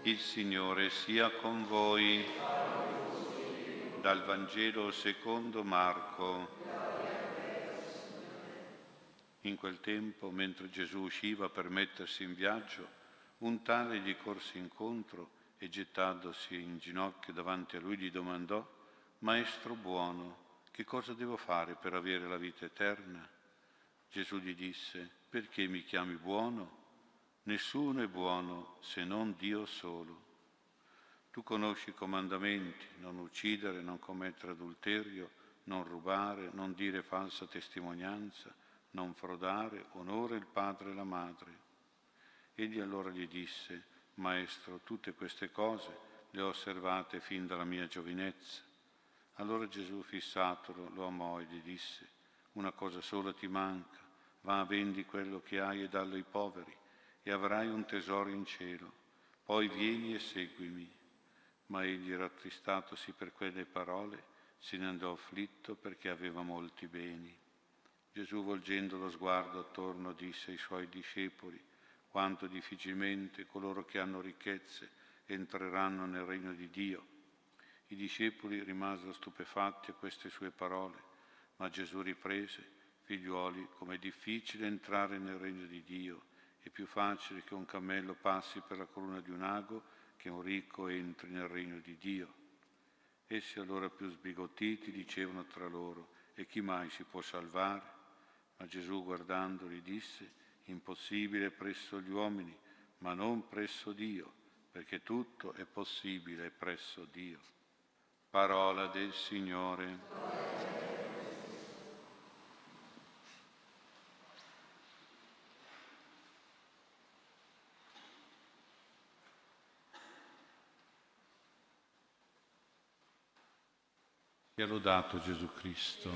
Il Signore sia con voi. Dal Vangelo secondo Marco. In quel tempo, mentre Gesù usciva per mettersi in viaggio, un tale gli corse incontro e gettandosi in ginocchio davanti a lui gli domandò: «Maestro buono, che cosa devo fare per avere la vita eterna?» Gesù gli disse: «Perché mi chiami buono? Nessuno è buono se non Dio solo. Tu conosci i comandamenti: non uccidere, non commettere adulterio, non rubare, non dire falsa testimonianza, non frodare, onora il padre e la madre». Egli allora gli disse: «Maestro, tutte queste cose le ho osservate fin dalla mia giovinezza». Allora Gesù, fissatolo, lo amò e gli disse: «Una cosa sola ti manca, va, vendi quello che hai e dallo ai poveri, e avrai un tesoro in cielo. Poi vieni e seguimi». Ma egli, rattristatosi per quelle parole, se ne andò afflitto perché aveva molti beni. Gesù, volgendo lo sguardo attorno, disse ai suoi discepoli: «Quanto difficilmente coloro che hanno ricchezze entreranno nel regno di Dio». I discepoli rimasero stupefatti a queste sue parole, ma Gesù riprese: «Figliuoli, com'è difficile entrare nel regno di Dio. È più facile che un cammello passi per la corona di un ago che un ricco entri nel regno di Dio». Essi allora, più sbigottiti, dicevano tra loro: «E chi mai si può salvare?» Ma Gesù, guardandoli, disse: «Impossibile presso gli uomini, ma non presso Dio, perché tutto è possibile presso Dio». Parola del Signore. Sia lodato Gesù Cristo.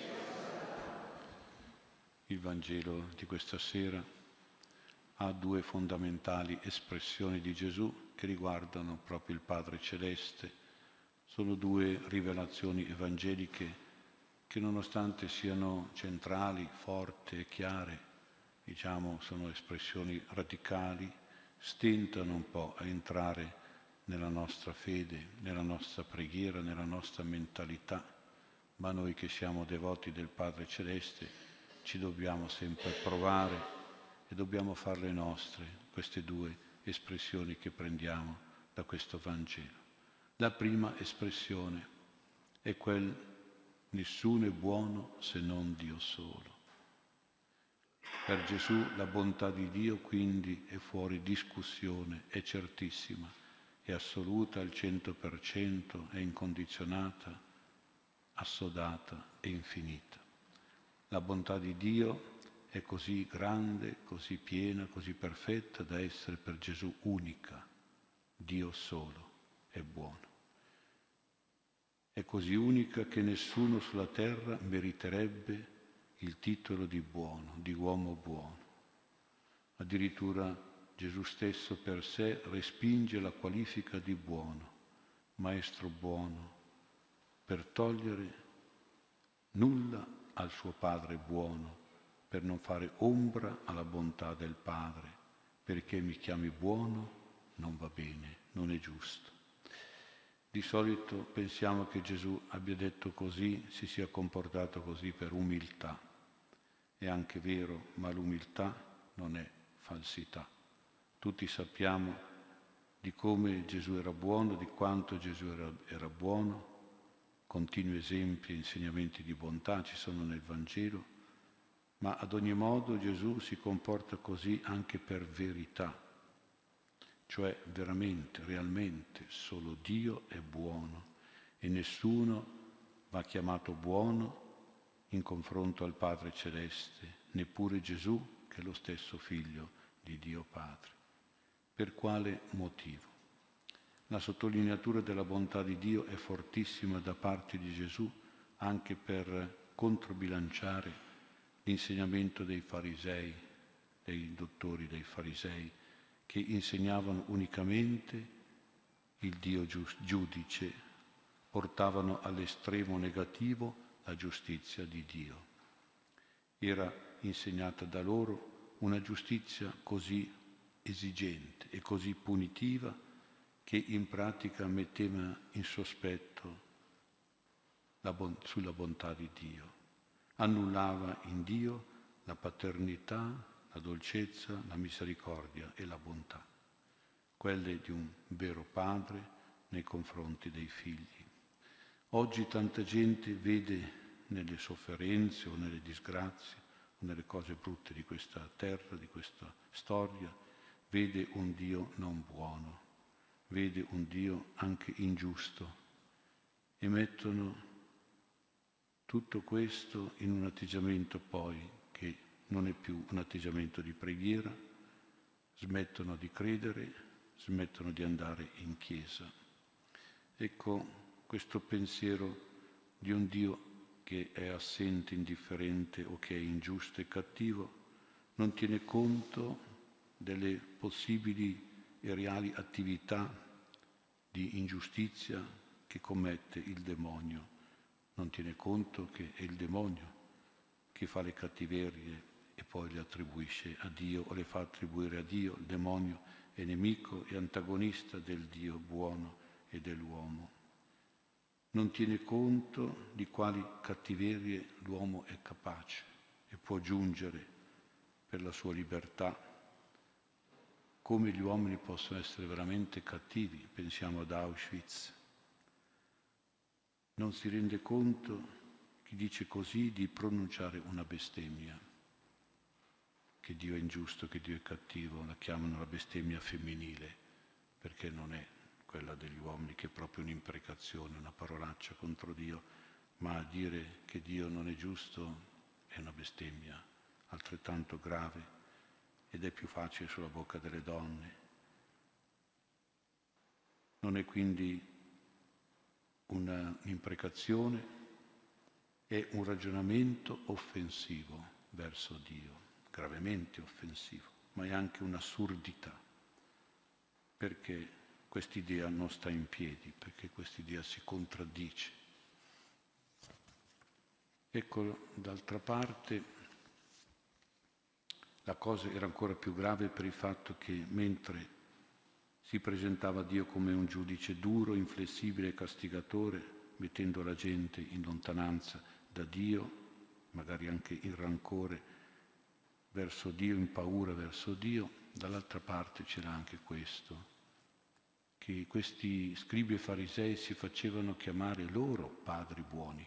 Il Vangelo di questa sera ha due fondamentali espressioni di Gesù che riguardano proprio il Padre Celeste. Sono due rivelazioni evangeliche che, nonostante siano centrali, forti e chiare, sono espressioni radicali, stentano un po' a entrare nella nostra fede, nella nostra preghiera, nella nostra mentalità, ma noi che siamo devoti del Padre Celeste ci dobbiamo sempre provare e dobbiamo farle nostre queste due espressioni che prendiamo da questo Vangelo. La prima espressione è quel: nessuno è buono se non Dio solo. Per Gesù la bontà di Dio quindi è fuori discussione, è certissima, è assoluta al 100%, è incondizionata, assodata e infinita. La bontà di Dio è così grande, così piena, così perfetta da essere per Gesù unica. Dio solo è buono. È così unica che nessuno sulla terra meriterebbe il titolo di buono, di uomo buono. Addirittura Gesù stesso per sé respinge la qualifica di buono, maestro buono, per togliere nulla al suo Padre buono, per non fare ombra alla bontà del Padre, perché mi chiami buono non va bene, non è giusto. Di solito pensiamo che Gesù abbia detto così, si sia comportato così per umiltà. È anche vero, ma l'umiltà non è falsità. Tutti sappiamo di come Gesù era buono, di quanto Gesù era buono. Continui esempi e insegnamenti di bontà ci sono nel Vangelo, ma ad ogni modo Gesù si comporta così anche per verità. Cioè veramente, realmente, solo Dio è buono e nessuno va chiamato buono in confronto al Padre Celeste, neppure Gesù, che è lo stesso Figlio di Dio Padre. Per quale motivo? La sottolineatura della bontà di Dio è fortissima da parte di Gesù anche per controbilanciare l'insegnamento dei farisei, dei dottori dei farisei, che insegnavano unicamente il Dio giudice, portavano all'estremo negativo la giustizia di Dio. Era insegnata da loro una giustizia così esigente e così punitiva che in pratica metteva in sospetto sulla bontà di Dio, annullava in Dio la paternità, la dolcezza, la misericordia e la bontà, quelle di un vero padre nei confronti dei figli. Oggi tanta gente vede nelle sofferenze o nelle disgrazie o nelle cose brutte di questa terra, di questa storia, vede un Dio non buono, vede un Dio anche ingiusto e mettono tutto questo in un atteggiamento poi che non è più un atteggiamento di preghiera, smettono di credere, smettono di andare in chiesa. Ecco, questo pensiero di un Dio che è assente, indifferente o che è ingiusto e cattivo non tiene conto delle possibili e reali attività di ingiustizia che commette il demonio. Non tiene conto che è il demonio che fa le cattiverie e poi le attribuisce a Dio o le fa attribuire a Dio. Il demonio è nemico e antagonista del Dio buono e dell'uomo. Non tiene conto di quali cattiverie l'uomo è capace e può giungere per la sua libertà, come gli uomini possono essere veramente cattivi. Pensiamo ad Auschwitz. Non si rende conto, chi dice così, di pronunciare una bestemmia, che Dio è ingiusto, che Dio è cattivo, la chiamano la bestemmia femminile, perché non è quella degli uomini, che è proprio un'imprecazione, una parolaccia contro Dio, ma a dire che Dio non è giusto è una bestemmia altrettanto grave ed è più facile sulla bocca delle donne. Non è quindi un'imprecazione, è un ragionamento offensivo verso Dio, gravemente offensivo, ma è anche un'assurdità, perché quest'idea non sta in piedi, perché quest'idea si contraddice. Ecco, d'altra parte, la cosa era ancora più grave per il fatto che mentre si presentava Dio come un giudice duro, inflessibile e castigatore, mettendo la gente in lontananza da Dio, magari anche in rancore verso Dio, in paura verso Dio, dall'altra parte c'era anche questo, che questi scribi e farisei si facevano chiamare loro padri buoni.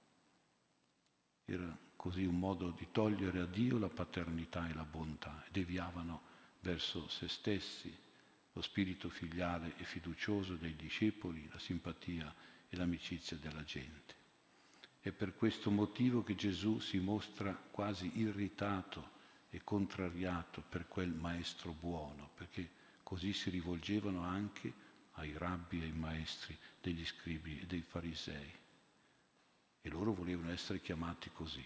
Era così un modo di togliere a Dio la paternità e la bontà, e deviavano verso se stessi lo spirito filiale e fiducioso dei discepoli, la simpatia e l'amicizia della gente. È per questo motivo che Gesù si mostra quasi irritato e contrariato per quel maestro buono, perché così si rivolgevano anche ai rabbi e ai maestri degli scribi e dei farisei. E loro volevano essere chiamati così.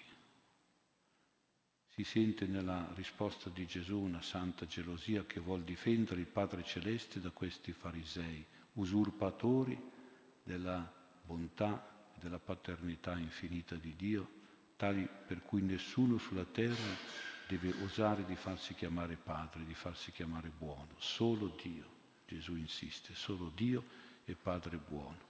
Si sente nella risposta di Gesù una santa gelosia che vuol difendere il Padre Celeste da questi farisei, usurpatori della bontà e della paternità infinita di Dio, tali per cui nessuno sulla terra deve osare di farsi chiamare Padre, di farsi chiamare buono. Solo Dio, Gesù insiste, solo Dio è Padre buono.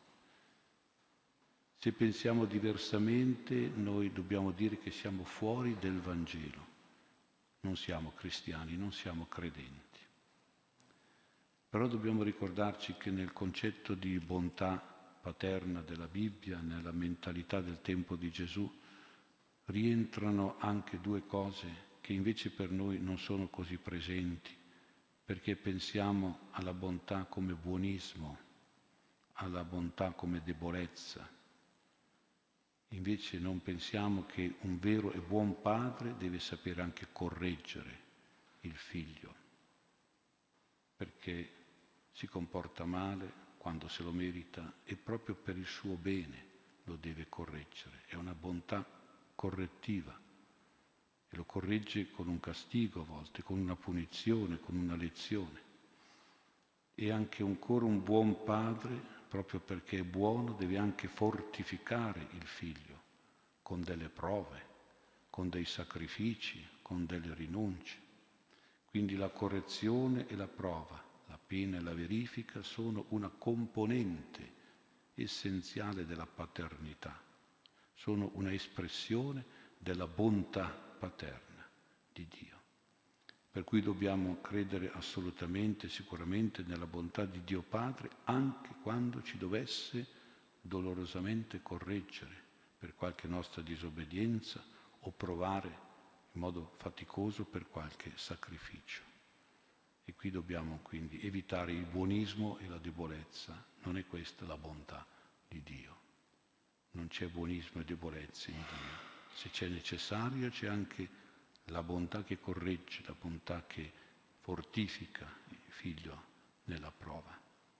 Se pensiamo diversamente, noi dobbiamo dire che siamo fuori del Vangelo. Non siamo cristiani, non siamo credenti. Però dobbiamo ricordarci che nel concetto di bontà paterna della Bibbia, nella mentalità del tempo di Gesù, rientrano anche due cose che invece per noi non sono così presenti, perché pensiamo alla bontà come buonismo, alla bontà come debolezza. Invece non pensiamo che un vero e buon padre deve sapere anche correggere il figlio, perché si comporta male quando se lo merita e proprio per il suo bene lo deve correggere. È una bontà correttiva e lo corregge con un castigo a volte, con una punizione, con una lezione. E anche ancora un buon padre, proprio perché è buono, deve anche fortificare il figlio con delle prove, con dei sacrifici, con delle rinunce. Quindi la correzione e la prova, la pena e la verifica sono una componente essenziale della paternità, sono una espressione della bontà paterna di Dio. Per cui dobbiamo credere assolutamente, sicuramente nella bontà di Dio Padre, anche quando ci dovesse dolorosamente correggere per qualche nostra disobbedienza o provare in modo faticoso per qualche sacrificio. E qui dobbiamo quindi evitare il buonismo e la debolezza. Non è questa la bontà di Dio. Non c'è buonismo e debolezza in Dio. Se c'è necessario c'è anche la bontà che corregge, la bontà che fortifica il figlio nella prova.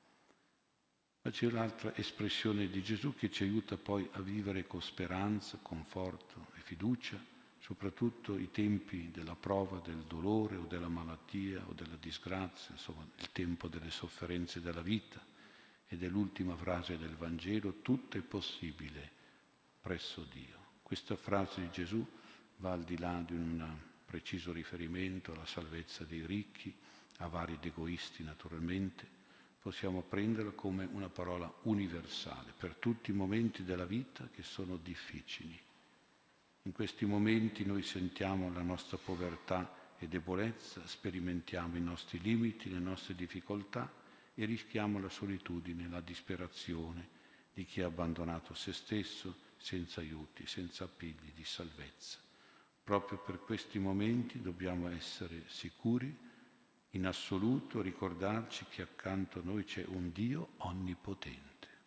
Ma c'è un'altra espressione di Gesù che ci aiuta poi a vivere con speranza, conforto e fiducia, soprattutto i tempi della prova, del dolore o della malattia o della disgrazia, insomma il tempo delle sofferenze della vita. Ed è l'ultima frase del Vangelo: tutto è possibile presso Dio. Questa frase di Gesù va al di là di un preciso riferimento alla salvezza dei ricchi, avari ed egoisti naturalmente. Possiamo prenderla come una parola universale per tutti i momenti della vita che sono difficili. In questi momenti noi sentiamo la nostra povertà e debolezza, sperimentiamo i nostri limiti, le nostre difficoltà e rischiamo la solitudine, la disperazione di chi ha abbandonato se stesso, senza aiuti, senza appigli di salvezza. Proprio per questi momenti dobbiamo essere sicuri, in assoluto ricordarci che accanto a noi c'è un Dio onnipotente.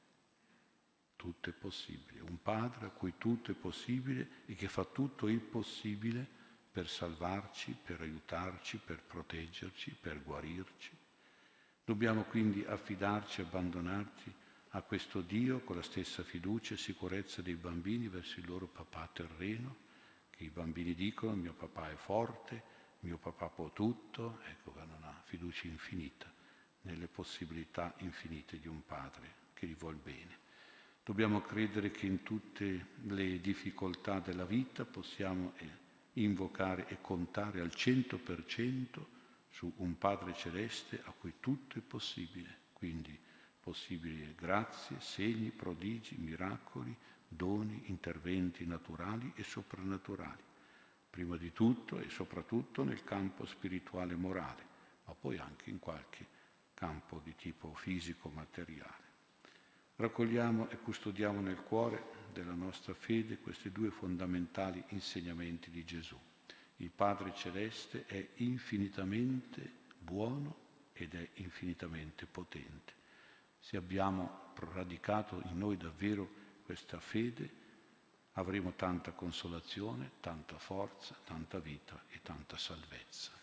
Tutto è possibile, un Padre a cui tutto è possibile e che fa tutto il possibile per salvarci, per aiutarci, per proteggerci, per guarirci. Dobbiamo quindi affidarci, abbandonarci a questo Dio con la stessa fiducia e sicurezza dei bambini verso il loro papà terreno, che i bambini dicono: mio papà è forte, mio papà può tutto. Ecco, hanno una fiducia infinita nelle possibilità infinite di un padre che gli vuol bene. Dobbiamo credere che in tutte le difficoltà della vita possiamo invocare e contare al 100% su un Padre Celeste a cui tutto è possibile. Quindi possibili grazie, segni, prodigi, miracoli, doni, interventi naturali e soprannaturali. Prima di tutto e soprattutto nel campo spirituale e morale, ma poi anche in qualche campo di tipo fisico, materiale. Raccogliamo e custodiamo nel cuore della nostra fede questi due fondamentali insegnamenti di Gesù. Il Padre Celeste è infinitamente buono ed è infinitamente potente. Se abbiamo radicato in noi davvero questa fede, avremo tanta consolazione, tanta forza, tanta vita e tanta salvezza.